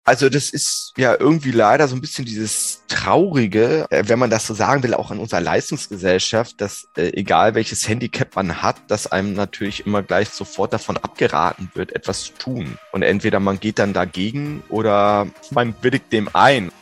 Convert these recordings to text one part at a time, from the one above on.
Also das ist ja irgendwie leider so ein bisschen dieses Traurige, wenn man das so sagen will, auch in unserer Leistungsgesellschaft, dass egal welches Handicap man hat, dass einem natürlich immer gleich sofort davon abgeraten wird, etwas zu tun. Und entweder man geht dann dagegen oder man willigt dem ein.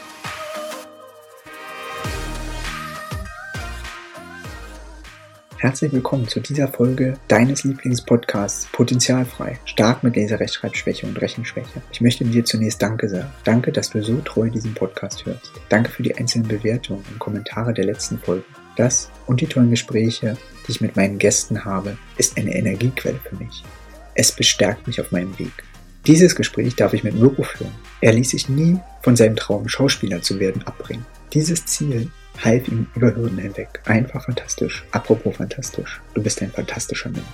Herzlich willkommen zu dieser Folge deines Lieblingspodcasts Potenzialfrei, stark mit Leserechtschreibschwäche und Rechenschwäche. Ich möchte dir zunächst Danke sagen. Danke, dass du so treu diesen Podcast hörst. Danke für die einzelnen Bewertungen und Kommentare der letzten Folgen. Das und die tollen Gespräche, die ich mit meinen Gästen habe, ist eine Energiequelle für mich. Es bestärkt mich auf meinem Weg. Dieses Gespräch darf ich mit Mirko führen. Er ließ sich nie von seinem Traum, Schauspieler zu werden, abbringen. Dieses Ziel half ihm über Hürden hinweg. Einfach fantastisch. Apropos fantastisch. Du bist ein fantastischer Mensch.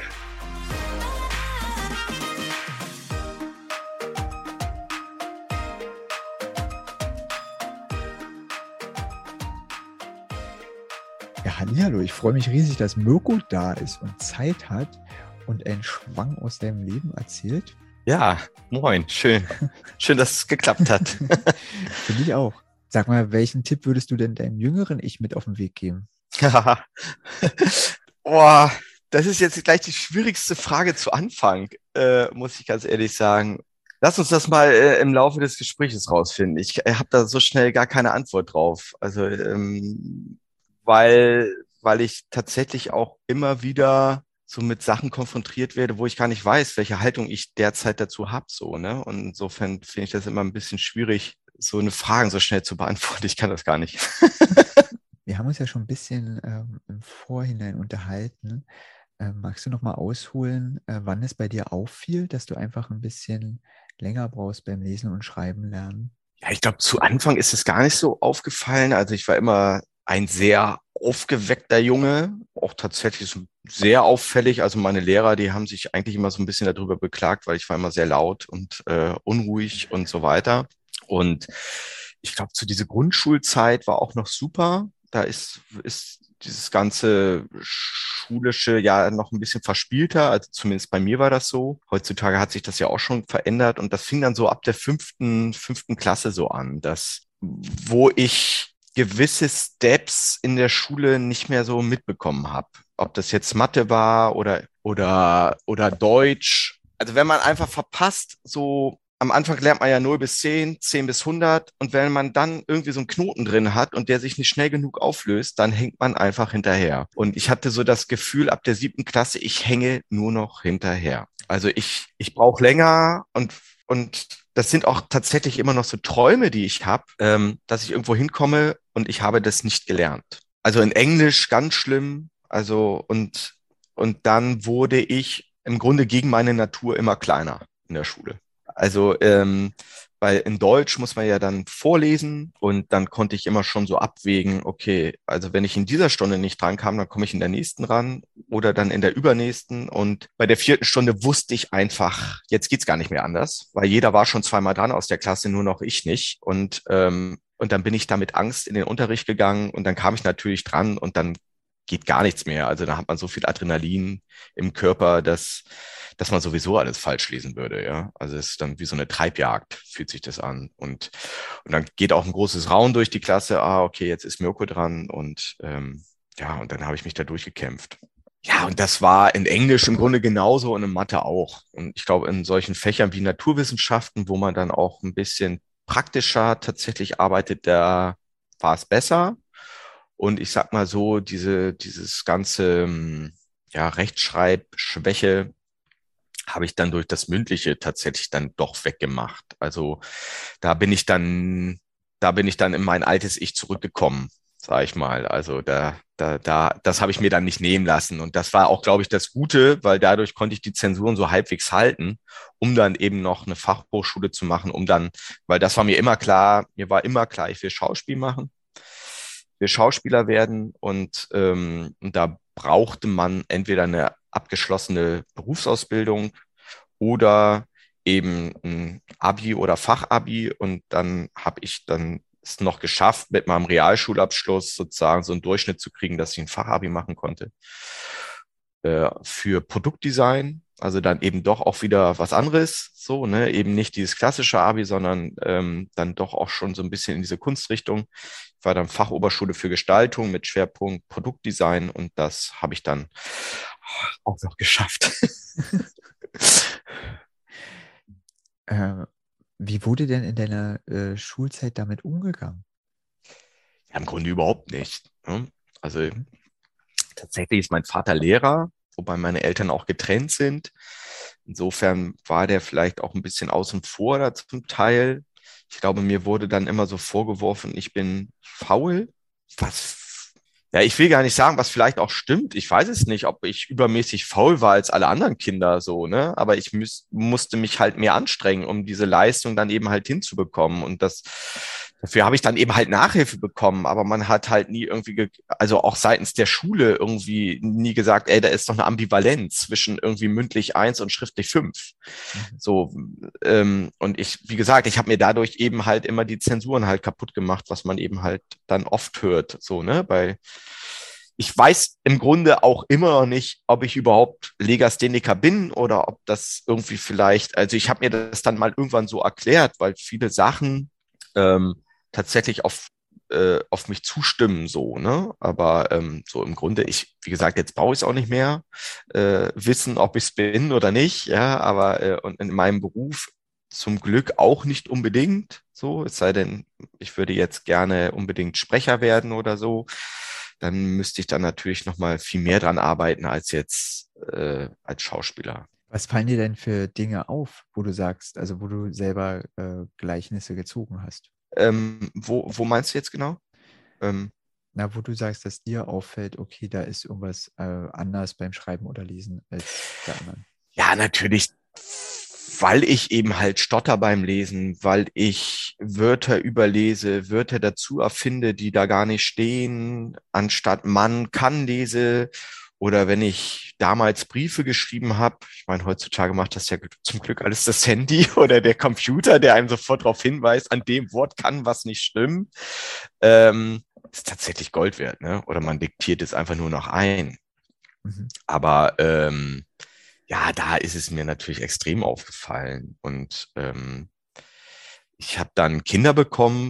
Ja, hallihallo. Ich freue mich riesig, dass Mirko da ist und Zeit hat und einen Schwang aus seinem Leben erzählt. Ja, moin, schön. Schön, dass es geklappt hat. Finde ich auch. Sag mal, welchen Tipp würdest du denn deinem jüngeren Ich mit auf den Weg geben? Boah, das ist jetzt gleich die schwierigste Frage zu Anfang, muss ich ganz ehrlich sagen. Lass uns das mal im Laufe des Gesprächs rausfinden. Ich habe da so schnell gar keine Antwort drauf. Also, weil ich tatsächlich auch immer wieder so mit Sachen konfrontiert werde, wo ich gar nicht weiß, welche Haltung ich derzeit dazu habe, so, ne? Und insofern finde ich das immer ein bisschen schwierig, so eine Frage so schnell zu beantworten. Ich kann das gar nicht. Wir haben uns ja schon ein bisschen im Vorhinein unterhalten. Magst du noch mal ausholen, wann es bei dir auffiel, dass du einfach ein bisschen länger brauchst beim Lesen und Schreiben lernen? Ja, ich glaube, zu Anfang ist es gar nicht so aufgefallen. Also ich war immer ein sehr aufgeweckter Junge, auch tatsächlich so sehr auffällig. Also meine Lehrer, die haben sich eigentlich immer so ein bisschen darüber beklagt, weil ich war immer sehr laut und unruhig und so weiter. Und ich glaube, zu dieser Grundschulzeit war auch noch super. Da ist dieses ganze schulische ja noch ein bisschen verspielter. Also zumindest bei mir war das so. Heutzutage hat sich das ja auch schon verändert. Und das fing dann so ab der fünften Klasse so an, wo ich gewisse Steps in der Schule nicht mehr so mitbekommen habe. Ob das jetzt Mathe war oder Deutsch. Also wenn man einfach verpasst, so am Anfang lernt man ja 0 bis 10, 10 bis 100. Und wenn man dann irgendwie so einen Knoten drin hat und der sich nicht schnell genug auflöst, dann hängt man einfach hinterher. Und ich hatte so das Gefühl, ab der 7. Klasse, ich hänge nur noch hinterher. Also ich brauche länger und das sind auch tatsächlich immer noch so Träume, die ich habe, dass ich irgendwo hinkomme und ich habe das nicht gelernt. Also in Englisch ganz schlimm. Also und dann wurde ich im Grunde gegen meine Natur immer kleiner in der Schule. Also, weil in Deutsch muss man ja dann vorlesen und dann konnte ich immer schon so abwägen, okay, also wenn ich in dieser Stunde nicht dran kam, dann komme ich in der nächsten ran oder dann in der übernächsten. Und bei der 4. Stunde wusste ich einfach, jetzt geht's gar nicht mehr anders, weil jeder war schon zweimal dran aus der Klasse, nur noch ich nicht. Und dann bin ich da mit Angst in den Unterricht gegangen und dann kam ich natürlich dran und dann geht gar nichts mehr. Also da hat man so viel Adrenalin im Körper, dass man sowieso alles falsch lesen würde, ja. Also es ist dann wie so eine Treibjagd, fühlt sich das an. Und dann geht auch ein großes Raunen durch die Klasse, okay, jetzt ist Mirko dran ja, und dann habe ich mich da durchgekämpft. Ja, und das war in Englisch im Grunde genauso und in Mathe auch. Und ich glaube, in solchen Fächern wie Naturwissenschaften, wo man dann auch ein bisschen praktischer tatsächlich arbeitet, da war es besser. Und ich sag mal so, dieses ganze ja, Rechtschreibschwäche habe ich dann durch das Mündliche tatsächlich dann doch weggemacht. Also da bin ich dann, da bin ich dann in mein altes Ich zurückgekommen, sage ich mal. Also das habe ich mir dann nicht nehmen lassen. Und das war auch, glaube ich, das Gute, weil dadurch konnte ich die Zensuren so halbwegs halten, um dann eben noch eine Fachhochschule zu machen, weil das war mir war immer klar, ich will Schauspiel machen, will Schauspieler werden und da brauchte man entweder eine abgeschlossene Berufsausbildung oder eben ein Abi oder Fachabi und dann habe ich dann es noch geschafft, mit meinem Realschulabschluss sozusagen so einen Durchschnitt zu kriegen, dass ich ein Fachabi machen konnte für Produktdesign. Also dann eben doch auch wieder was anderes, so, ne, eben nicht dieses klassische Abi, sondern dann doch auch schon so ein bisschen in diese Kunstrichtung. Ich war dann Fachoberschule für Gestaltung mit Schwerpunkt Produktdesign und das habe ich dann auch noch geschafft. Äh, Wie wurde denn in deiner Schulzeit damit umgegangen? Ja, im Grunde überhaupt nicht. Ne? Also Mhm. tatsächlich ist mein Vater Lehrer, wobei meine Eltern auch getrennt sind. Insofern war der vielleicht auch ein bisschen außen vor da zum Teil. Ich glaube, mir wurde dann immer so vorgeworfen, ich bin faul, was, ja, ich will gar nicht sagen, was vielleicht auch stimmt. Ich weiß es nicht, ob ich übermäßig faul war als alle anderen Kinder so, ne? Aber ich musste mich halt mehr anstrengen, um diese Leistung dann eben halt hinzubekommen. Und dafür habe ich dann eben halt Nachhilfe bekommen, aber man hat halt nie irgendwie, also auch seitens der Schule irgendwie nie gesagt, ey, da ist doch eine Ambivalenz zwischen irgendwie mündlich 1 und schriftlich 5. Mhm. So, und ich, wie gesagt, ich habe mir dadurch eben halt immer die Zensuren halt kaputt gemacht, was man eben halt dann oft hört, so, ne, ich weiß im Grunde auch immer noch nicht, ob ich überhaupt Legastheniker bin oder ob das irgendwie vielleicht, also ich habe mir das dann mal irgendwann so erklärt, weil viele Sachen ähm, tatsächlich auf mich zustimmen, so, ne? Aber so im Grunde, wie gesagt, jetzt brauche ich es auch nicht mehr wissen, ob ich es bin oder nicht, ja, aber und in meinem Beruf zum Glück auch nicht unbedingt so, es sei denn, ich würde jetzt gerne unbedingt Sprecher werden oder so, dann müsste ich dann natürlich noch mal viel mehr dran arbeiten als jetzt als Schauspieler. Was fallen dir denn für Dinge auf, wo du sagst, also wo du selber Gleichnisse gezogen hast? Wo meinst du jetzt genau? Ähm, Na, wo du sagst, dass dir auffällt, okay, da ist irgendwas anders beim Schreiben oder Lesen als bei anderen. Ja, natürlich, weil ich eben halt stotter beim Lesen, weil ich Wörter überlese, Wörter dazu erfinde, die da gar nicht stehen, anstatt man kann lese. Oder wenn ich damals Briefe geschrieben habe, ich meine, heutzutage macht das ja zum Glück alles das Handy oder der Computer, der einem sofort darauf hinweist, an dem Wort kann was nicht stimmen, ist tatsächlich Gold wert, ne? Oder man diktiert es einfach nur noch ein. Mhm. Aber ja, da ist es mir natürlich extrem aufgefallen. Und ich habe dann Kinder bekommen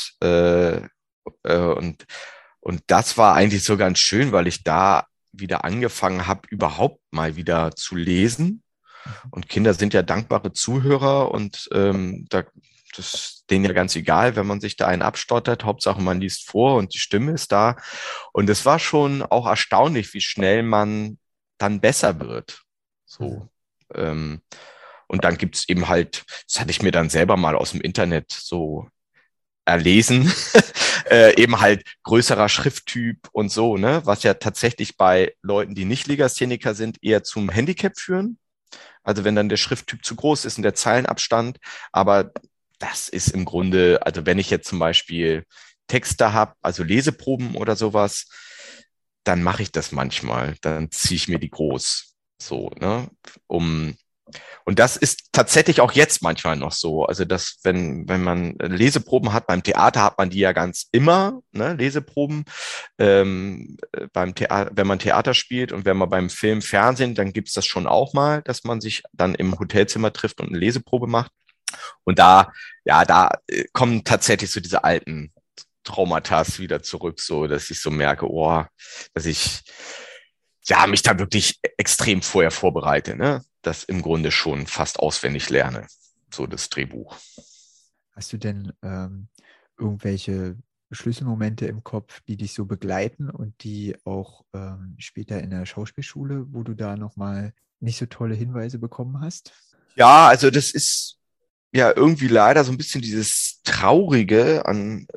und, und das war eigentlich so ganz schön, weil ich da wieder angefangen habe, überhaupt mal wieder zu lesen. Mhm. Und Kinder sind ja dankbare Zuhörer und das ist denen ja ganz egal, wenn man sich da einen abstottert. Hauptsache, man liest vor und die Stimme ist da. Und es war schon auch erstaunlich, wie schnell man dann besser wird. Mhm. So. Ähm, und dann gibt's eben halt, das hatte ich mir dann selber mal aus dem Internet so erlesen, eben halt größerer Schrifttyp und so, ne, was ja tatsächlich bei Leuten, die nicht Legastheniker sind, eher zum Handicap führen. Also wenn dann der Schrifttyp zu groß ist und der Zeilenabstand, aber das ist im Grunde, also wenn ich jetzt zum Beispiel Texte habe, also Leseproben oder sowas, dann mache ich das manchmal. Dann ziehe ich mir die groß. So, ne? Um und das ist tatsächlich auch jetzt manchmal noch so. Also, dass, wenn man Leseproben hat, beim Theater hat man die ja ganz immer, ne, Leseproben. Beim Theater, wenn man Theater spielt und wenn man beim Film, Fernsehen, dann gibt's das schon auch mal, dass man sich dann im Hotelzimmer trifft und eine Leseprobe macht. Und da kommen tatsächlich so diese alten Traumata wieder zurück, so dass ich so merke, oh, dass ich ja mich da wirklich extrem vorher vorbereite, ne? Das im Grunde schon fast auswendig lerne, so das Drehbuch. Hast du denn irgendwelche Schlüsselmomente im Kopf, die dich so begleiten und die auch später in der Schauspielschule, wo du da nochmal nicht so tolle Hinweise bekommen hast? Ja, also das ist ja irgendwie leider so ein bisschen dieses Traurige an,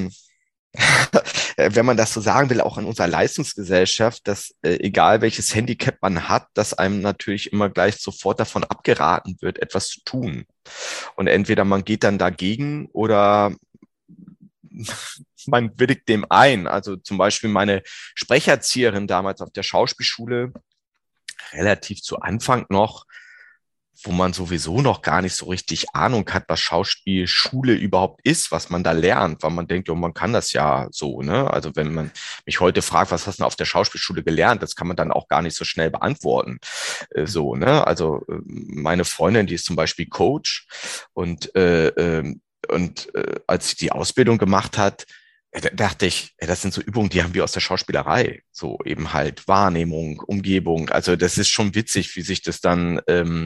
wenn man das so sagen will, auch in unserer Leistungsgesellschaft, dass egal welches Handicap man hat, dass einem natürlich immer gleich sofort davon abgeraten wird, etwas zu tun. Und entweder man geht dann dagegen oder man willigt dem ein. Also zum Beispiel meine Sprecherzieherin damals auf der Schauspielschule, relativ zu Anfang noch, wo man sowieso noch gar nicht so richtig Ahnung hat, was Schauspielschule überhaupt ist, was man da lernt, weil man denkt, ja, man kann das ja so, ne? Also wenn man mich heute fragt, was hast du auf der Schauspielschule gelernt, das kann man dann auch gar nicht so schnell beantworten, so, ne? Also meine Freundin, die ist zum Beispiel Coach und als sie die Ausbildung gemacht hat, da dachte ich, das sind so Übungen, die haben wir aus der Schauspielerei. So eben halt Wahrnehmung, Umgebung. Also das ist schon witzig, wie sich das dann,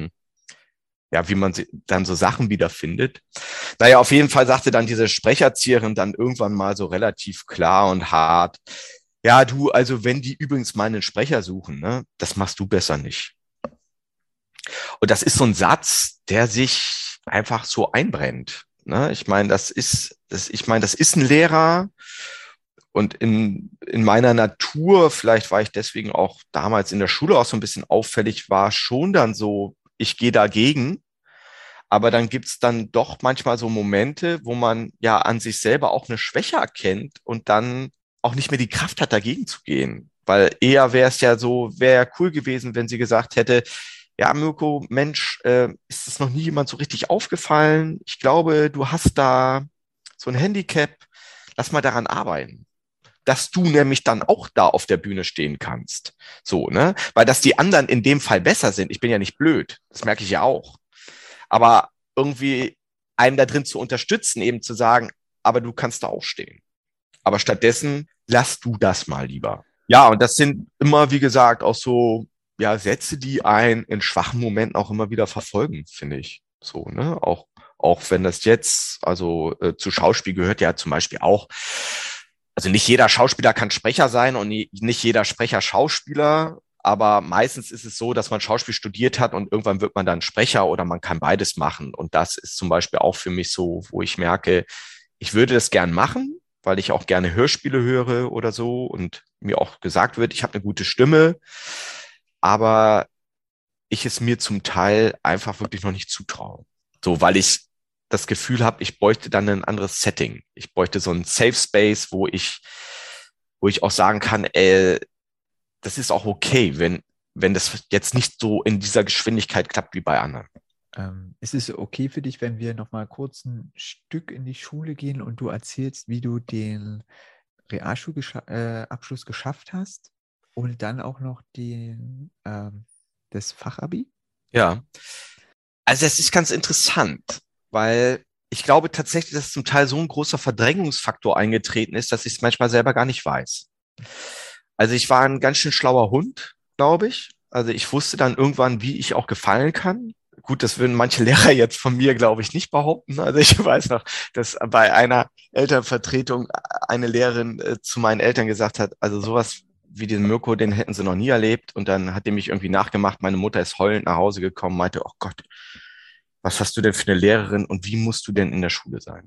wie man dann so Sachen wiederfindet. Naja, auf jeden Fall sagte dann diese Sprecherzieherin dann irgendwann mal so relativ klar und hart, ja, du, also wenn die übrigens mal einen Sprecher suchen, ne, das machst du besser nicht. Und das ist so ein Satz, der sich einfach so einbrennt. Ne? Ich meine, das ist ein Lehrer und in meiner Natur, vielleicht war ich deswegen auch damals in der Schule auch so ein bisschen auffällig, war schon dann so, ich gehe dagegen. Aber dann gibt's dann doch manchmal so Momente, wo man ja an sich selber auch eine Schwäche erkennt und dann auch nicht mehr die Kraft hat, dagegen zu gehen. Weil eher wäre ja cool gewesen, wenn sie gesagt hätte, ja, Mirko, Mensch, ist es noch nie jemand so richtig aufgefallen? Ich glaube, du hast da so ein Handicap. Lass mal daran arbeiten. Dass du nämlich dann auch da auf der Bühne stehen kannst. So, ne? Weil dass die anderen in dem Fall besser sind. Ich bin ja nicht blöd. Das merke ich ja auch. Aber irgendwie einen da drin zu unterstützen, eben zu sagen, aber du kannst da auch stehen. Aber stattdessen lass du das mal lieber. Ja, und das sind immer, wie gesagt, auch so ja, Sätze, die einen in schwachen Momenten auch immer wieder verfolgen, finde ich. So, ne? Auch wenn das jetzt, also zu Schauspiel gehört ja zum Beispiel auch, also nicht jeder Schauspieler kann Sprecher sein und nicht jeder Sprecher Schauspieler, aber meistens ist es so, dass man Schauspiel studiert hat und irgendwann wird man dann Sprecher oder man kann beides machen. Und das ist zum Beispiel auch für mich so, wo ich merke, ich würde das gern machen, weil ich auch gerne Hörspiele höre oder so und mir auch gesagt wird, ich habe eine gute Stimme, aber ich es mir zum Teil einfach wirklich noch nicht zutraue. So, weil ich das Gefühl habe, ich bräuchte dann ein anderes Setting. Ich bräuchte so einen Safe Space, wo ich auch sagen kann, das ist auch okay, wenn das jetzt nicht so in dieser Geschwindigkeit klappt wie bei anderen. Ist es okay für dich, wenn wir nochmal kurz ein Stück in die Schule gehen und du erzählst, wie du den Realschulabschluss geschafft hast und dann auch noch das Fachabi? Ja, also es ist ganz interessant, weil ich glaube tatsächlich, dass zum Teil so ein großer Verdrängungsfaktor eingetreten ist, dass ich es manchmal selber gar nicht weiß. Also ich war ein ganz schön schlauer Hund, glaube ich. Also ich wusste dann irgendwann, wie ich auch gefallen kann. Gut, das würden manche Lehrer jetzt von mir, glaube ich, nicht behaupten. Also ich weiß noch, dass bei einer Elternvertretung eine Lehrerin zu meinen Eltern gesagt hat, also sowas wie den Mirko, den hätten sie noch nie erlebt. Und dann hat die mich irgendwie nachgemacht. Meine Mutter ist heulend nach Hause gekommen, meinte, oh Gott, was hast du denn für eine Lehrerin und wie musst du denn in der Schule sein?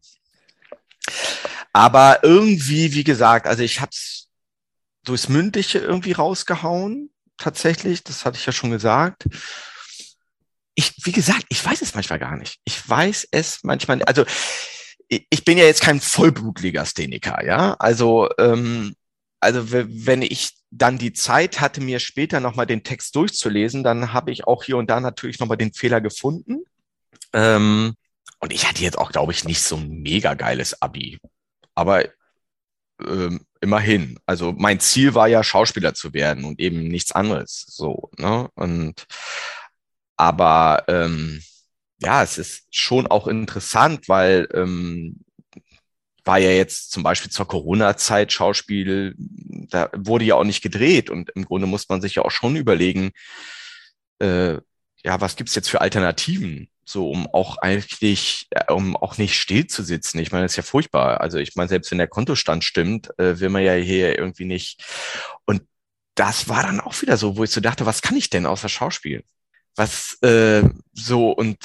Aber irgendwie, wie gesagt, also ich habe es durchs Mündliche irgendwie rausgehauen, tatsächlich, das hatte ich ja schon gesagt. Wie gesagt, ich weiß es manchmal gar nicht. Ich weiß es manchmal, also ich bin ja jetzt kein Vollblutlegastheniker, ja, also wenn ich dann die Zeit hatte, mir später nochmal den Text durchzulesen, dann habe ich auch hier und da natürlich nochmal den Fehler gefunden. Und ich hatte jetzt auch, glaube ich, nicht so ein mega geiles Abi. Aber immerhin. Also mein Ziel war ja, Schauspieler zu werden und eben nichts anderes. So, ne? Aber ja, es ist schon auch interessant, weil war ja jetzt zum Beispiel zur Corona-Zeit Schauspiel, da wurde ja auch nicht gedreht und im Grunde muss man sich ja auch schon überlegen, ja, was gibt's jetzt für Alternativen? So, um auch nicht still zu sitzen. Ich meine, das ist ja furchtbar. Also ich meine, selbst wenn der Kontostand stimmt, will man ja hier irgendwie nicht. Und das war dann auch wieder so, wo ich so dachte, was kann ich denn außer Schauspiel? Was so und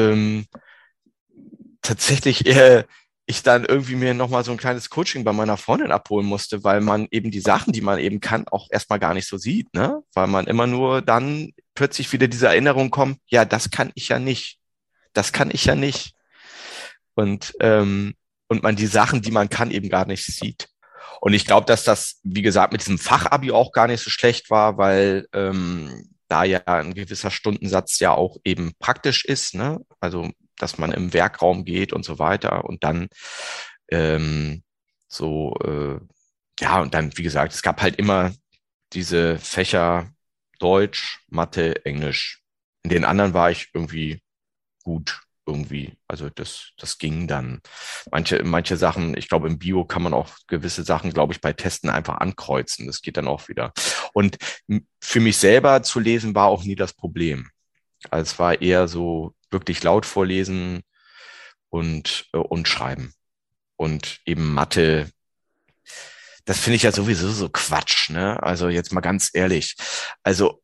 tatsächlich ich dann irgendwie mir nochmal so ein kleines Coaching bei meiner Freundin abholen musste, weil man eben die Sachen, die man eben kann, auch erstmal gar nicht so sieht, ne? Weil man immer nur dann plötzlich wieder diese Erinnerung kommt, ja, das kann ich ja nicht. Das kann ich ja nicht. Und man die Sachen, die man kann, eben gar nicht sieht. Und ich glaube, dass das, wie gesagt, mit diesem Fachabi auch gar nicht so schlecht war, weil da ja ein gewisser Stundensatz ja auch eben praktisch ist, ne? Also, dass man im Werkraum geht und so weiter und dann ähm, so, ja, und dann, wie gesagt, es gab halt immer diese Fächer Deutsch, Mathe, Englisch. In den anderen war ich irgendwie gut, irgendwie. Also das ging dann. Manche Sachen, ich glaube, im Bio kann man auch gewisse Sachen, glaube ich, bei Testen einfach ankreuzen. Das geht dann auch wieder. Und für mich selber zu lesen war auch nie das Problem. Also es war eher so wirklich laut vorlesen und schreiben. Und eben Mathe, das finde ich ja sowieso so Quatsch, ne? Also jetzt mal ganz ehrlich. Also,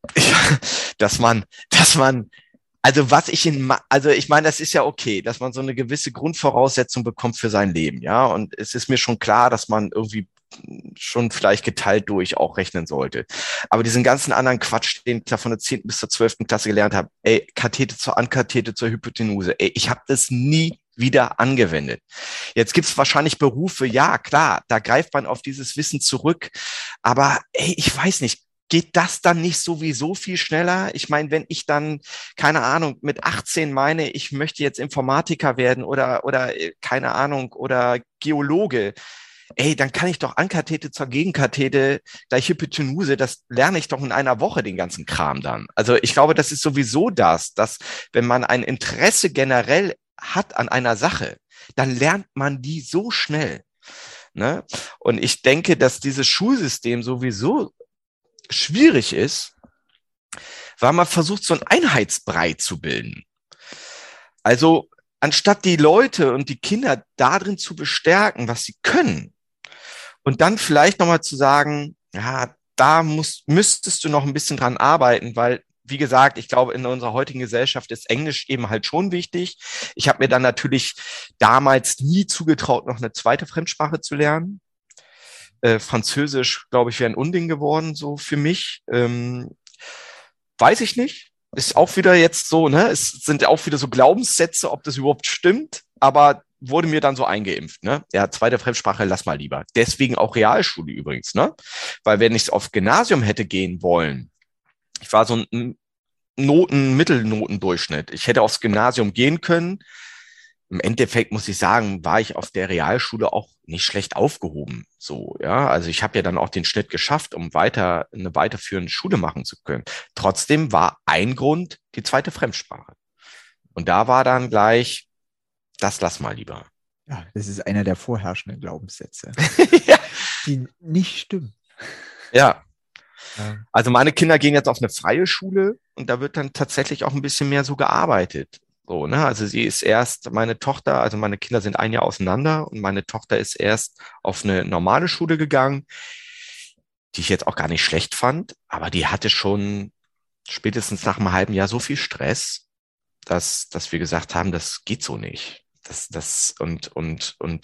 dass man, also was ich also ich meine, das ist ja okay, dass man so eine gewisse Grundvoraussetzung bekommt für sein Leben, ja? Und es ist mir schon klar, dass man irgendwie schon vielleicht geteilt durch auch rechnen sollte. Aber diesen ganzen anderen Quatsch, den ich da von der 10. bis zur 12. Klasse gelernt habe, ey, Kathete zur Ankathete zur Hypotenuse, ey, ich habe das nie wieder angewendet. Jetzt gibt's wahrscheinlich Berufe, ja, klar, da greift man auf dieses Wissen zurück, aber ey, ich weiß nicht, geht das dann nicht sowieso viel schneller? Ich meine, wenn ich dann, keine Ahnung, mit 18 meine, ich möchte jetzt Informatiker werden oder keine Ahnung, oder Geologe, ey, dann kann ich doch Ankathete zur Gegenkathete gleich Hypotenuse, das lerne ich doch in einer Woche, den ganzen Kram dann. Also ich glaube, das ist sowieso das, dass wenn man ein Interesse generell hat an einer Sache, dann lernt man die so schnell. Ne? Und ich denke, dass dieses Schulsystem sowieso schwierig ist, weil man versucht, so ein Einheitsbrei zu bilden. Also anstatt die Leute und die Kinder darin zu bestärken, was sie können, und dann vielleicht nochmal zu sagen, ja, da müsstest du noch ein bisschen dran arbeiten, weil, wie gesagt, ich glaube, in unserer heutigen Gesellschaft ist Englisch eben halt schon wichtig. Ich habe mir dann natürlich damals nie zugetraut, noch eine zweite Fremdsprache zu lernen. Französisch, glaube ich, wäre ein Unding geworden, so für mich. Weiß ich nicht. Ist auch wieder jetzt so, ne? Es sind auch wieder so Glaubenssätze, ob das überhaupt stimmt, aber wurde mir dann so eingeimpft, ne? Ja, zweite Fremdsprache, lass mal lieber. Deswegen auch Realschule übrigens, ne? Weil wenn ich auf Gymnasium hätte gehen wollen, ich war so ein Mittelnotendurchschnitt. Ich hätte aufs Gymnasium gehen können. Im Endeffekt muss ich sagen, war ich auf der Realschule auch nicht schlecht aufgehoben. So, ja, also ich habe ja dann auch den Schnitt geschafft, um eine weiterführende Schule machen zu können. Trotzdem war ein Grund die zweite Fremdsprache. Und da war dann gleich, das lass mal lieber. Ja, das ist einer der vorherrschenden Glaubenssätze, Ja. die nicht stimmen. Ja. Ja. Also meine Kinder gehen jetzt auf eine freie Schule und da wird dann tatsächlich auch ein bisschen mehr so gearbeitet. So, ne? Also meine Tochter, also meine Kinder sind ein Jahr auseinander und meine Tochter ist erst auf eine normale Schule gegangen, die ich jetzt auch gar nicht schlecht fand, aber die hatte schon spätestens nach einem halben Jahr so viel Stress, dass wir gesagt haben, das geht so nicht. Und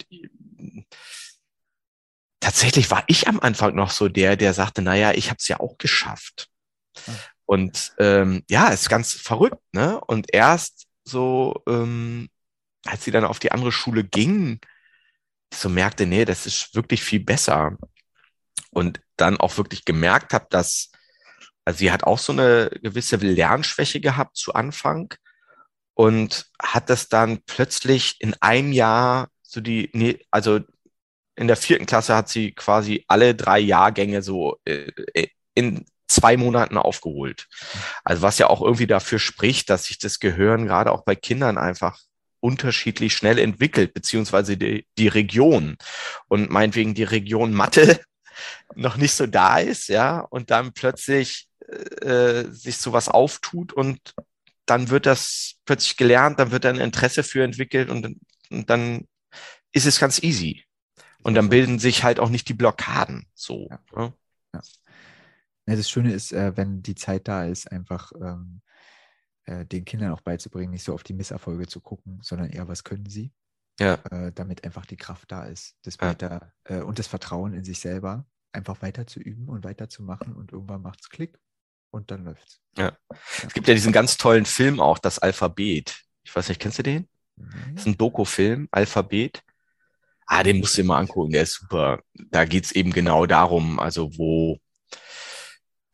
tatsächlich war ich am Anfang noch so der sagte, naja, ich habe es ja auch geschafft. Ja. Und ja, ist ganz verrückt, ne? Und erst so, als sie dann auf die andere Schule ging, so merkte, nee, das ist wirklich viel besser. Und dann auch wirklich gemerkt habe, also sie hat auch so eine gewisse Lernschwäche gehabt zu Anfang und hat das dann plötzlich in einem Jahr also in der 4. Klasse hat sie quasi alle 3 Jahrgänge so in 2 Monaten aufgeholt. Also was ja auch irgendwie dafür spricht, dass sich das Gehirn gerade auch bei Kindern einfach unterschiedlich schnell entwickelt, beziehungsweise die Region. Und meinetwegen die Region Mathe noch nicht so da ist, ja, und dann plötzlich sich sowas auftut und dann wird das plötzlich gelernt, dann wird ein Interesse für entwickelt und dann ist es ganz easy. Und dann bilden sich halt auch nicht die Blockaden so. Ja. Ne? Ja. Ja, das Schöne ist, wenn die Zeit da ist, einfach den Kindern auch beizubringen, nicht so auf die Misserfolge zu gucken, sondern eher, was können sie, Ja. damit einfach die Kraft da ist, das Ja. weiter und das Vertrauen in sich selber, einfach weiter zu üben und weiterzumachen und irgendwann macht es Klick und dann läuft's. Ja. Es gibt ja diesen ganz tollen Film auch, das Alphabet. Ich weiß nicht, kennst du den? Das ist ein Doku-Film, Alphabet. Den musst du dir mal angucken, der ist super. Da geht's eben genau darum, also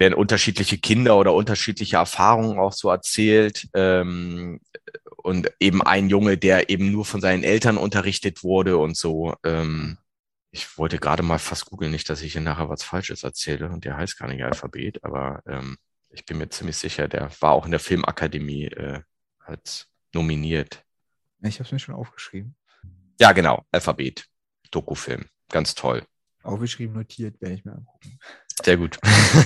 werden unterschiedliche Kinder oder unterschiedliche Erfahrungen auch so erzählt. Und eben ein Junge, der eben nur von seinen Eltern unterrichtet wurde und so. Ich wollte gerade mal fast googeln, nicht, dass ich hier nachher was Falsches erzähle. Und der heißt gar nicht Alphabet, aber ich bin mir ziemlich sicher, der war auch in der Filmakademie als nominiert. Ich habe es mir schon aufgeschrieben. Ja, genau, Alphabet, Dokufilm, ganz toll. Aufgeschrieben, notiert, werde ich mir angucken. Sehr gut.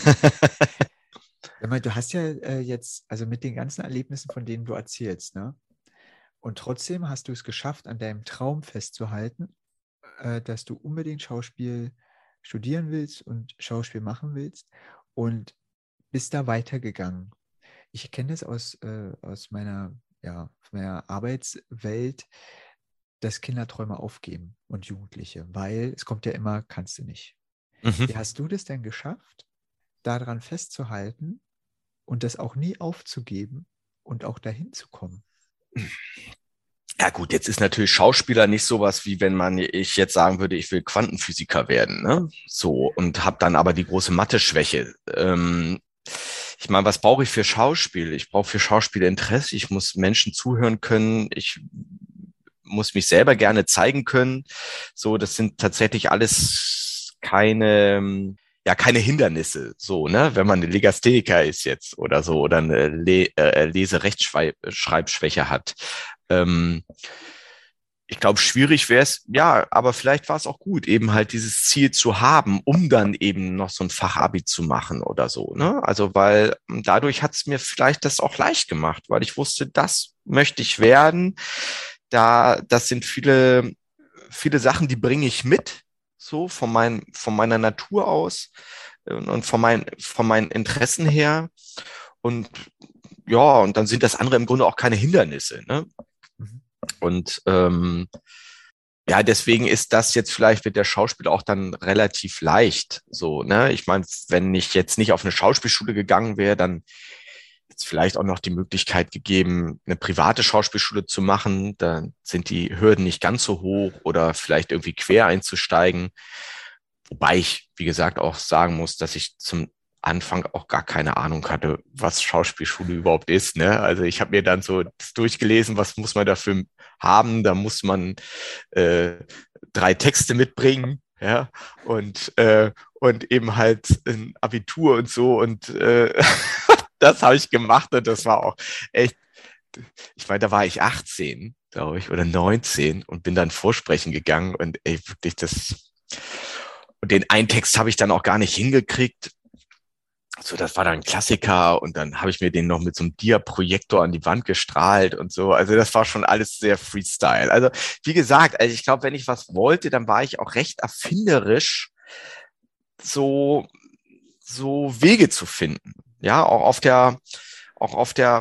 Du hast ja jetzt, also mit den ganzen Erlebnissen, von denen du erzählst, ne? Und trotzdem hast du es geschafft, an deinem Traum festzuhalten, dass du unbedingt Schauspiel studieren willst und Schauspiel machen willst und bist da weitergegangen. Ich kenne das aus meiner Arbeitswelt, dass Kinder Träume aufgeben und Jugendliche, weil es kommt ja immer, kannst du nicht. Mhm. Wie hast du das denn geschafft, daran festzuhalten und das auch nie aufzugeben und auch dahin zu kommen? Ja gut, jetzt ist natürlich Schauspieler nicht sowas, wie wenn ich jetzt sagen würde, ich will Quantenphysiker werden, ne? So, und habe dann aber die große Mathe-Schwäche. Ich meine, was brauche ich für Schauspiel? Ich brauche für Schauspiel Interesse, ich muss Menschen zuhören können, ich muss mich selber gerne zeigen können. So, das sind tatsächlich alles keine Hindernisse, so, ne, wenn man eine Legastheniker ist jetzt oder so oder eine Lese-Rechtschreibschwäche hat. Ich glaube, schwierig wäre es, ja, aber vielleicht war es auch gut, eben halt dieses Ziel zu haben, um dann eben noch so ein Fachabi zu machen oder so, ne? Also, weil dadurch hat es mir vielleicht das auch leicht gemacht, weil ich wusste, das möchte ich werden. Das sind viele Sachen, die bringe ich mit, so von meiner Natur aus und von meinen Interessen her. Und ja, und dann sind das andere im Grunde auch keine Hindernisse, ne? Mhm. Und ja, deswegen ist das jetzt vielleicht mit der Schauspiel auch dann relativ leicht. So, ne? Ich meine, wenn ich jetzt nicht auf eine Schauspielschule gegangen wäre, dann jetzt vielleicht auch noch die Möglichkeit gegeben, eine private Schauspielschule zu machen. Da sind die Hürden nicht ganz so hoch oder vielleicht irgendwie quer einzusteigen. Wobei ich, wie gesagt, auch sagen muss, dass ich zum Anfang auch gar keine Ahnung hatte, was Schauspielschule überhaupt ist. Ne? Also ich habe mir dann so das durchgelesen, was muss man dafür haben. Da muss man 3 Texte mitbringen, ja, und eben halt ein Abitur und so. Und das habe ich gemacht und das war auch echt, ich meine, da war ich 18, glaube ich, oder 19 und bin dann vorsprechen gegangen und ey, wirklich und den einen Text habe ich dann auch gar nicht hingekriegt. So, das war dann ein Klassiker und dann habe ich mir den noch mit so einem Dia-Projektor an die Wand gestrahlt und so. Also das war schon alles sehr Freestyle. Also wie gesagt, also ich glaube, wenn ich was wollte, dann war ich auch recht erfinderisch, so Wege zu finden. Ja, auch auf der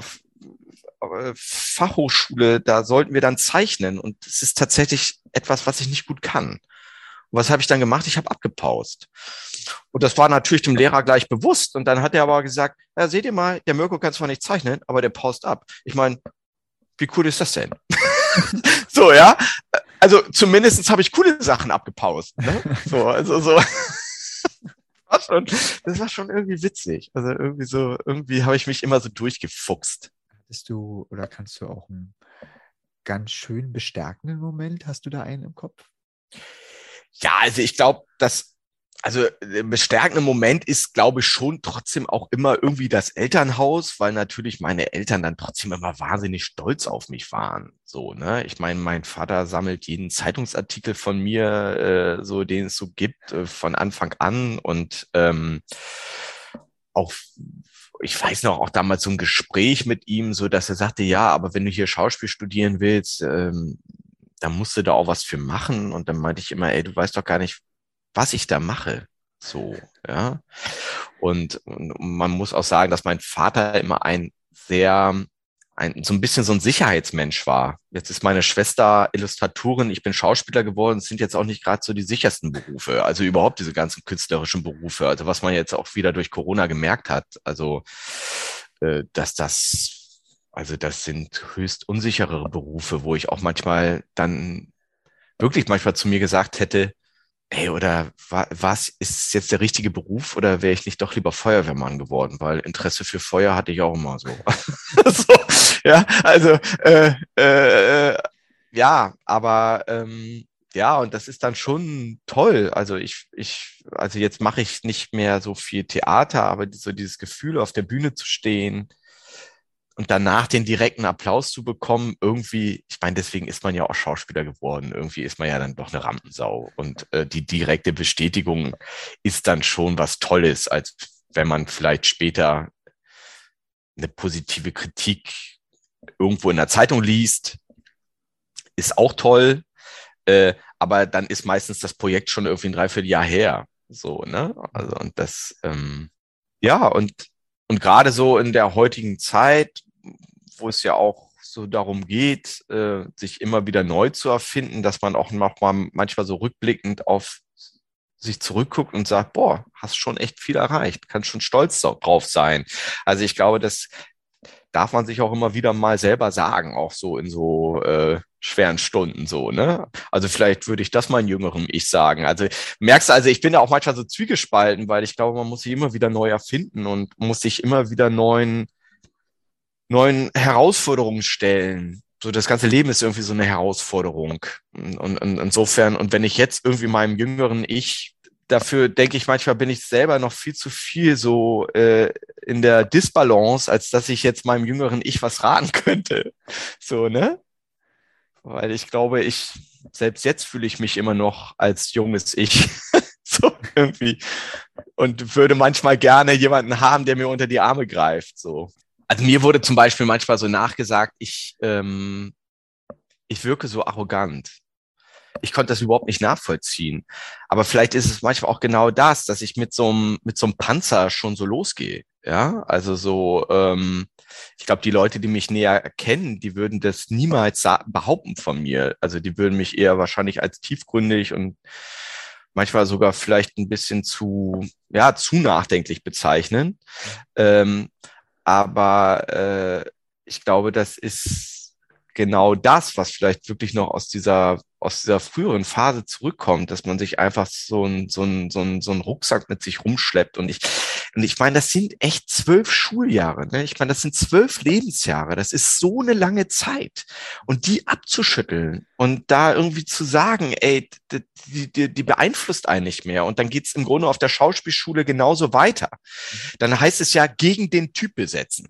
Fachhochschule, da sollten wir dann zeichnen und es ist tatsächlich etwas, was ich nicht gut kann. Und was habe ich dann gemacht? Ich habe abgepaust. Und das war natürlich dem Lehrer gleich bewusst. Und dann hat er aber gesagt, ja, seht ihr mal, der Mirko kann zwar nicht zeichnen, aber der paust ab. Ich meine, wie cool ist das denn? So, ja. Also zumindest habe ich coole Sachen abgepaust. Ne? So, also so. Das war schon irgendwie witzig. Also irgendwie habe ich mich immer so durchgefuchst. Hattest du oder kannst du auch einen ganz schön bestärkenden Moment, hast du da einen im Kopf? Ja, also ich glaube, der bestärkende Moment ist, glaube ich, schon trotzdem auch immer irgendwie das Elternhaus, weil natürlich meine Eltern dann trotzdem immer wahnsinnig stolz auf mich waren. So, ne? Ich meine, mein Vater sammelt jeden Zeitungsartikel von mir, so den es so gibt, von Anfang an und auch ich weiß noch auch damals so ein Gespräch mit ihm, so dass er sagte, ja, aber wenn du hier Schauspiel studieren willst, dann musst du da auch was für machen. Und dann meinte ich immer, ey, du weißt doch gar nicht, was ich da mache. So, ja. Und man muss auch sagen, dass mein Vater immer so ein bisschen so ein Sicherheitsmensch war. Jetzt ist meine Schwester Illustratorin, ich bin Schauspieler geworden, es sind jetzt auch nicht gerade so die sichersten Berufe, also überhaupt diese ganzen künstlerischen Berufe, also was man jetzt auch wieder durch Corona gemerkt hat, also also das sind höchst unsichere Berufe, wo ich auch manchmal zu mir gesagt hätte, ey, oder was ist es jetzt der richtige Beruf oder wäre ich nicht doch lieber Feuerwehrmann geworden? Weil Interesse für Feuer hatte ich auch immer so. So, ja, also ja, aber ja, und das ist dann schon toll. Also also jetzt mache ich nicht mehr so viel Theater, aber so dieses Gefühl, auf der Bühne zu stehen und danach den direkten Applaus zu bekommen, irgendwie, ich meine, deswegen ist man ja auch Schauspieler geworden. Irgendwie ist man ja dann doch eine Rampensau. Und die direkte Bestätigung ist dann schon was Tolles, als wenn man vielleicht später eine positive Kritik irgendwo in der Zeitung liest. Ist auch toll. Aber dann ist meistens das Projekt schon irgendwie ein Dreivierteljahr her. So, ne? Also, und das, ja, und gerade so in der heutigen Zeit, wo es ja auch so darum geht, sich immer wieder neu zu erfinden, dass man auch noch mal manchmal so rückblickend auf sich zurückguckt und sagt, boah, hast schon echt viel erreicht, kannst schon stolz drauf sein. Also ich glaube, das darf man sich auch immer wieder mal selber sagen, auch so in so schweren Stunden so, ne? Also vielleicht würde ich das meinem jüngeren Ich sagen. Also merkst du, also ich bin ja auch manchmal so zwiegespalten, weil ich glaube, man muss sich immer wieder neu erfinden und muss sich immer wieder neuen Herausforderungen stellen. So das ganze Leben ist irgendwie so eine Herausforderung. Und insofern, und wenn ich jetzt irgendwie meinem jüngeren Ich dafür denke ich, manchmal bin ich selber noch viel zu viel so in der Disbalance, als dass ich jetzt meinem jüngeren Ich was raten könnte. So, ne? Weil ich glaube, selbst jetzt fühle ich mich immer noch als junges Ich. So irgendwie. Und würde manchmal gerne jemanden haben, der mir unter die Arme greift. So. Also mir wurde zum Beispiel manchmal so nachgesagt, ich wirke so arrogant. Ich konnte das überhaupt nicht nachvollziehen. Aber vielleicht ist es manchmal auch genau das, dass ich mit so einem Panzer schon so losgehe. Ja, also so, ich glaube, die Leute, die mich näher kennen, die würden das niemals behaupten von mir. Also die würden mich eher wahrscheinlich als tiefgründig und manchmal sogar vielleicht ein bisschen zu nachdenklich bezeichnen. Aber ich glaube, das ist genau das, was vielleicht wirklich noch aus dieser früheren Phase zurückkommt, dass man sich einfach so einen Rucksack mit sich rumschleppt. Und ich meine, das sind echt 12 Schuljahre. Ne? Ich meine, das sind 12 Lebensjahre. Das ist so eine lange Zeit. Und die abzuschütteln und da irgendwie zu sagen, ey, die beeinflusst einen nicht mehr. Und dann geht's im Grunde auf der Schauspielschule genauso weiter. Dann heißt es ja, gegen den Typ besetzen.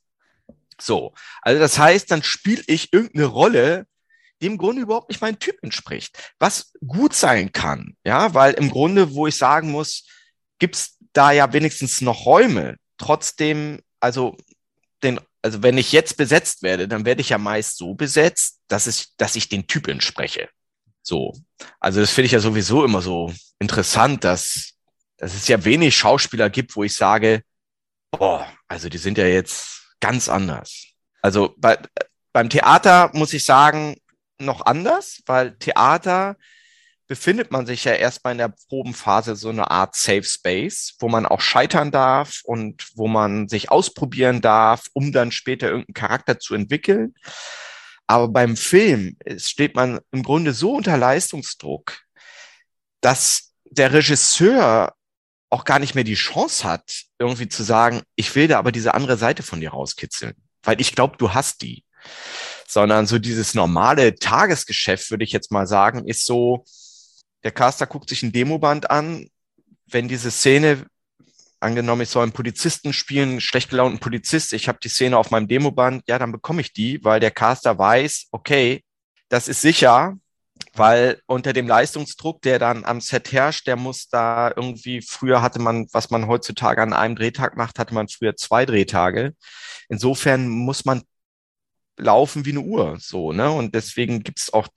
So, also das heißt, dann spiele ich irgendeine Rolle, die im Grunde überhaupt nicht meinem Typ entspricht. Was gut sein kann, ja, weil im Grunde, wo ich sagen muss, gibt's da ja wenigstens noch Räume. Trotzdem, also wenn ich jetzt besetzt werde, dann werde ich ja meist so besetzt, dass ich den Typ entspreche. So, also das finde ich ja sowieso immer so interessant, dass es ja wenig Schauspieler gibt, wo ich sage, boah, also die sind ja jetzt ganz anders. Also beim Theater muss ich sagen, noch anders, weil Theater befindet man sich ja erstmal in der Probenphase so eine Art Safe Space, wo man auch scheitern darf und wo man sich ausprobieren darf, um dann später irgendeinen Charakter zu entwickeln. Aber beim Film steht man im Grunde so unter Leistungsdruck, dass der Regisseur auch gar nicht mehr die Chance hat, irgendwie zu sagen, ich will da aber diese andere Seite von dir rauskitzeln, weil ich glaube, du hast die. Sondern so dieses normale Tagesgeschäft, würde ich jetzt mal sagen, ist so, der Caster guckt sich ein Demoband an, wenn diese Szene, angenommen, ich soll einen Polizisten spielen, einen schlecht gelaunten Polizist, ich habe die Szene auf meinem Demoband, ja, dann bekomme ich die, weil der Caster weiß, okay, das ist sicher, weil unter dem Leistungsdruck, der dann am Set herrscht, der muss da irgendwie, früher hatte man, was man heutzutage an einem Drehtag macht, hatte man früher 2 Drehtage. Insofern muss man laufen wie eine Uhr, so, ne? Und deswegen gibt's auch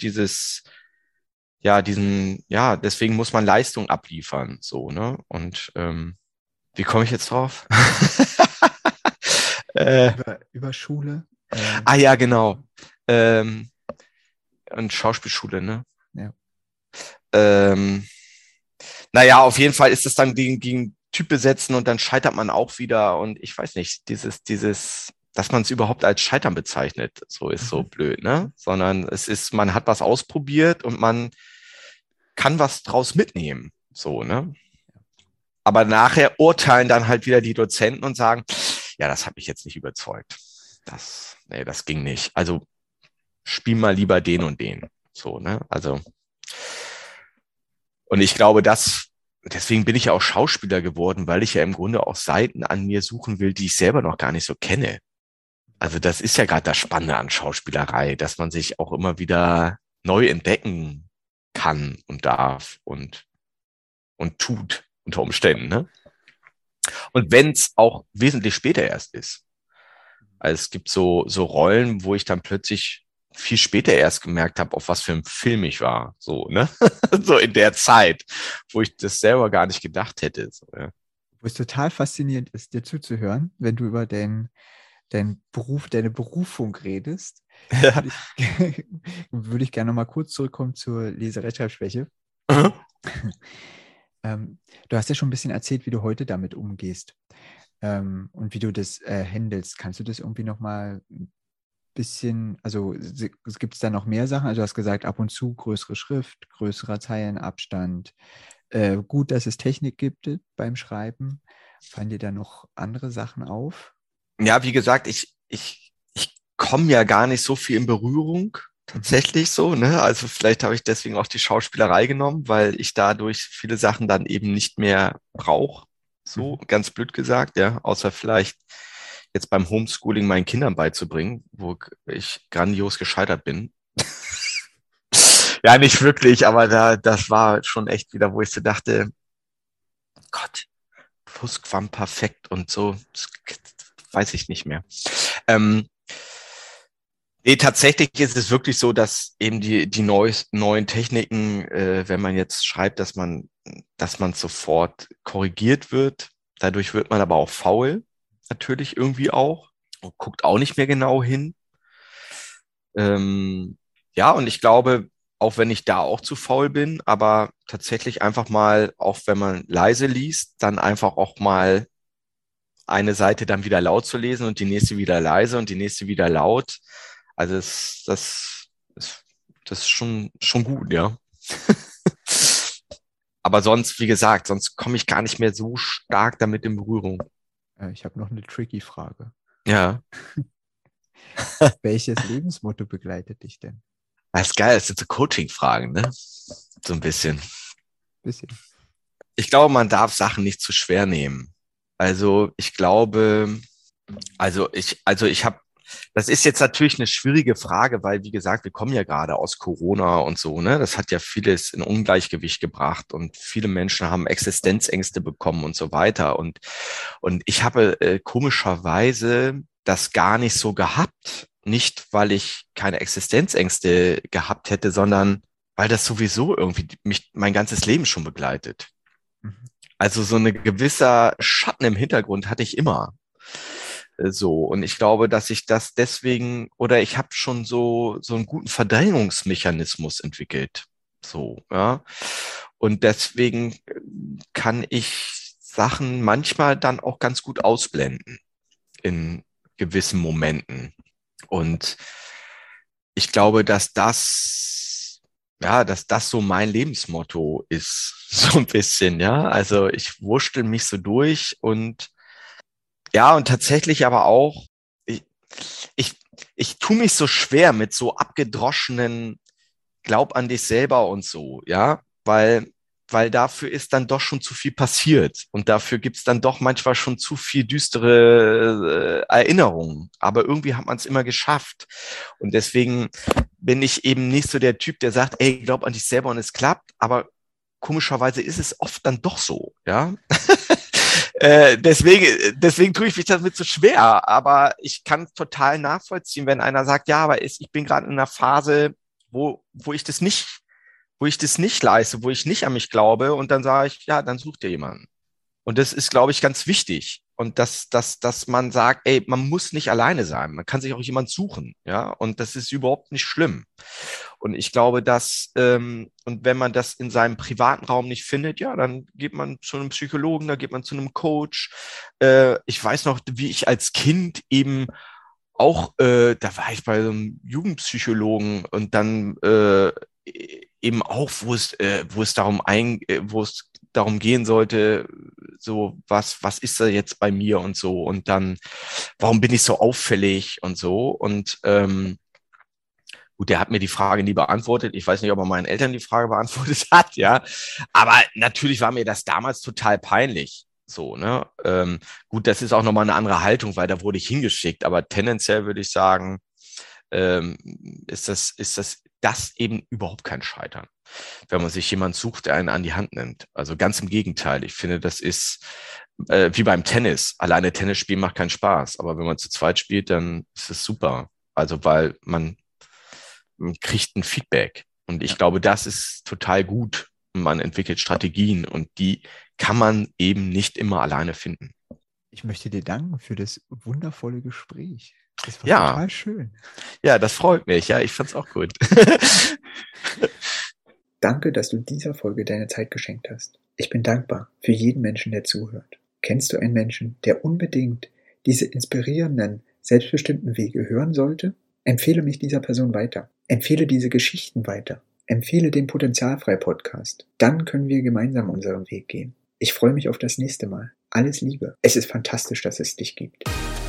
deswegen muss man Leistung abliefern, so, ne? Und wie komme ich jetzt drauf? Über Schule. Ja, genau. Und Schauspielschule, ne? Ja. Naja, auf jeden Fall ist es dann gegen Typ besetzen und dann scheitert man auch wieder und ich weiß nicht, dass man es überhaupt als Scheitern bezeichnet, so ist so blöd, ne? Sondern man hat was ausprobiert und man kann was draus mitnehmen. So, ne? Aber nachher urteilen dann halt wieder die Dozenten und sagen, ja, das hat mich jetzt nicht überzeugt. Das ging nicht. Also spiel mal lieber den und den. So, ne? Also, und ich glaube, deswegen bin ich ja auch Schauspieler geworden, weil ich ja im Grunde auch Seiten an mir suchen will, die ich selber noch gar nicht so kenne. Also das ist ja gerade das Spannende an Schauspielerei, dass man sich auch immer wieder neu entdecken kann und darf und tut unter Umständen, ne? Und wenn es auch wesentlich später erst ist. Also es gibt so Rollen, wo ich dann plötzlich viel später erst gemerkt habe, auf was für einem Film ich war. So, ne? So in der Zeit, wo ich das selber gar nicht gedacht hätte. So, ja. Wo es total faszinierend ist, dir zuzuhören, wenn du über deinen Beruf, deine Berufung redest, Ja. würde ich gerne noch mal kurz zurückkommen zur Leserechtschreibschwäche. Mhm. Du hast ja schon ein bisschen erzählt, wie du heute damit umgehst und wie du das handelst. Kannst du das irgendwie noch mal ein bisschen, also gibt es da noch mehr Sachen? Also du hast gesagt, ab und zu größere Schrift, größerer Zeilenabstand. Gut, dass es Technik gibt beim Schreiben. Fallen dir da noch andere Sachen auf? Ja, wie gesagt, ich komme ja gar nicht so viel in Berührung, tatsächlich so, ne? Also vielleicht habe ich deswegen auch die Schauspielerei genommen, weil ich dadurch viele Sachen dann eben nicht mehr brauche, so ganz blöd gesagt, ja, außer vielleicht jetzt beim Homeschooling meinen Kindern beizubringen, wo ich grandios gescheitert bin. Ja, nicht wirklich, aber das war schon echt wieder, wo ich so dachte, Gott, Plusquamperfekt und so, das weiß ich nicht mehr. Nee, tatsächlich ist es wirklich so, dass eben die neuen Techniken, wenn man jetzt schreibt, dass man sofort korrigiert wird. Dadurch wird man aber auch faul, natürlich irgendwie auch, und guckt auch nicht mehr genau hin. Ja, und ich glaube, auch wenn ich da auch zu faul bin, aber tatsächlich einfach mal, auch wenn man leise liest, dann einfach auch mal eine Seite dann wieder laut zu lesen und die nächste wieder leise und die nächste wieder laut. Also das ist schon gut, ja. Aber sonst, wie gesagt, sonst komme ich gar nicht mehr so stark damit in Berührung. Ich habe noch eine tricky Frage. Ja. Welches Lebensmotto begleitet dich denn? Das ist geil, das sind so Coaching-Fragen, ne? So ein bisschen. Bisschen. Ich glaube, man darf Sachen nicht zu schwer nehmen. Also ich glaube, ich habe, das ist jetzt natürlich eine schwierige Frage, weil, wie gesagt, wir kommen ja gerade aus Corona und so, ne? Das hat ja vieles in Ungleichgewicht gebracht und viele Menschen haben Existenzängste bekommen und so weiter. Und ich habe komischerweise das gar nicht so gehabt. Nicht, weil ich keine Existenzängste gehabt hätte, sondern weil das sowieso irgendwie mich mein ganzes Leben schon begleitet. Mhm. Also so eine gewisser Schatten im Hintergrund hatte ich immer. So, und ich glaube, dass ich das deswegen, oder ich habe schon so einen guten Verdrängungsmechanismus entwickelt. So, ja. Und deswegen kann ich Sachen manchmal dann auch ganz gut ausblenden in gewissen Momenten. Und ich glaube, dass das so mein Lebensmotto ist, so ein bisschen, ja. Also ich wurschtel mich so durch und ja, und tatsächlich aber auch, ich, ich, ich tue mich so schwer mit so abgedroschenen Glaub an dich selber und so, ja, weil dafür ist dann doch schon zu viel passiert und dafür gibt's dann doch manchmal schon zu viel düstere Erinnerungen. Aber irgendwie hat man es immer geschafft. Und deswegen bin ich eben nicht so der Typ, der sagt, ey, glaub an dich selber und es klappt, aber komischerweise ist es oft dann doch so, ja. Deswegen tue ich mich damit so schwer, aber ich kann total nachvollziehen, wenn einer sagt, ja, aber ich bin gerade in einer Phase, wo ich das nicht leiste, wo ich nicht an mich glaube und dann sage ich, ja, dann such dir jemanden. Und das ist, glaube ich, ganz wichtig. Und dass man sagt, ey, man muss nicht alleine sein. Man kann sich auch jemand suchen, ja. Und das ist überhaupt nicht schlimm. Und ich glaube, und wenn man das in seinem privaten Raum nicht findet, ja, dann geht man zu einem Psychologen, da geht man zu einem Coach. Ich weiß noch, wie ich als Kind eben auch, da war ich bei so einem Jugendpsychologen und dann eben auch, wo es darum gehen sollte, so was ist da jetzt bei mir und so und dann, warum bin ich so auffällig und so und gut, der hat mir die Frage nie beantwortet. Ich weiß nicht, ob er meinen Eltern die Frage beantwortet hat, ja. Aber natürlich war mir das damals total peinlich. So, ne? Gut, das ist auch nochmal eine andere Haltung, weil da wurde ich hingeschickt. Aber tendenziell würde ich sagen, ähm, ist das eben überhaupt kein Scheitern, wenn man sich jemand sucht, der einen an die Hand nimmt. Also ganz im Gegenteil. Ich finde, das ist wie beim Tennis. Alleine Tennis spielen macht keinen Spaß. Aber wenn man zu zweit spielt, dann ist es super. Also weil man kriegt ein Feedback. Und ich glaube, das ist total gut. Man entwickelt Strategien und die kann man eben nicht immer alleine finden. Ich möchte dir danken für das wundervolle Gespräch. Das war Ja, total schön. ja, das freut mich. Ja, ich fand's auch gut. Danke, dass du dieser Folge deine Zeit geschenkt hast. Ich bin dankbar für jeden Menschen, der zuhört. Kennst du einen Menschen, der unbedingt diese inspirierenden, selbstbestimmten Wege hören sollte? Empfehle mich dieser Person weiter. Empfehle diese Geschichten weiter. Empfehle den Potenzialfrei-Podcast. Dann können wir gemeinsam unseren Weg gehen. Ich freue mich auf das nächste Mal. Alles Liebe. Es ist fantastisch, dass es dich gibt.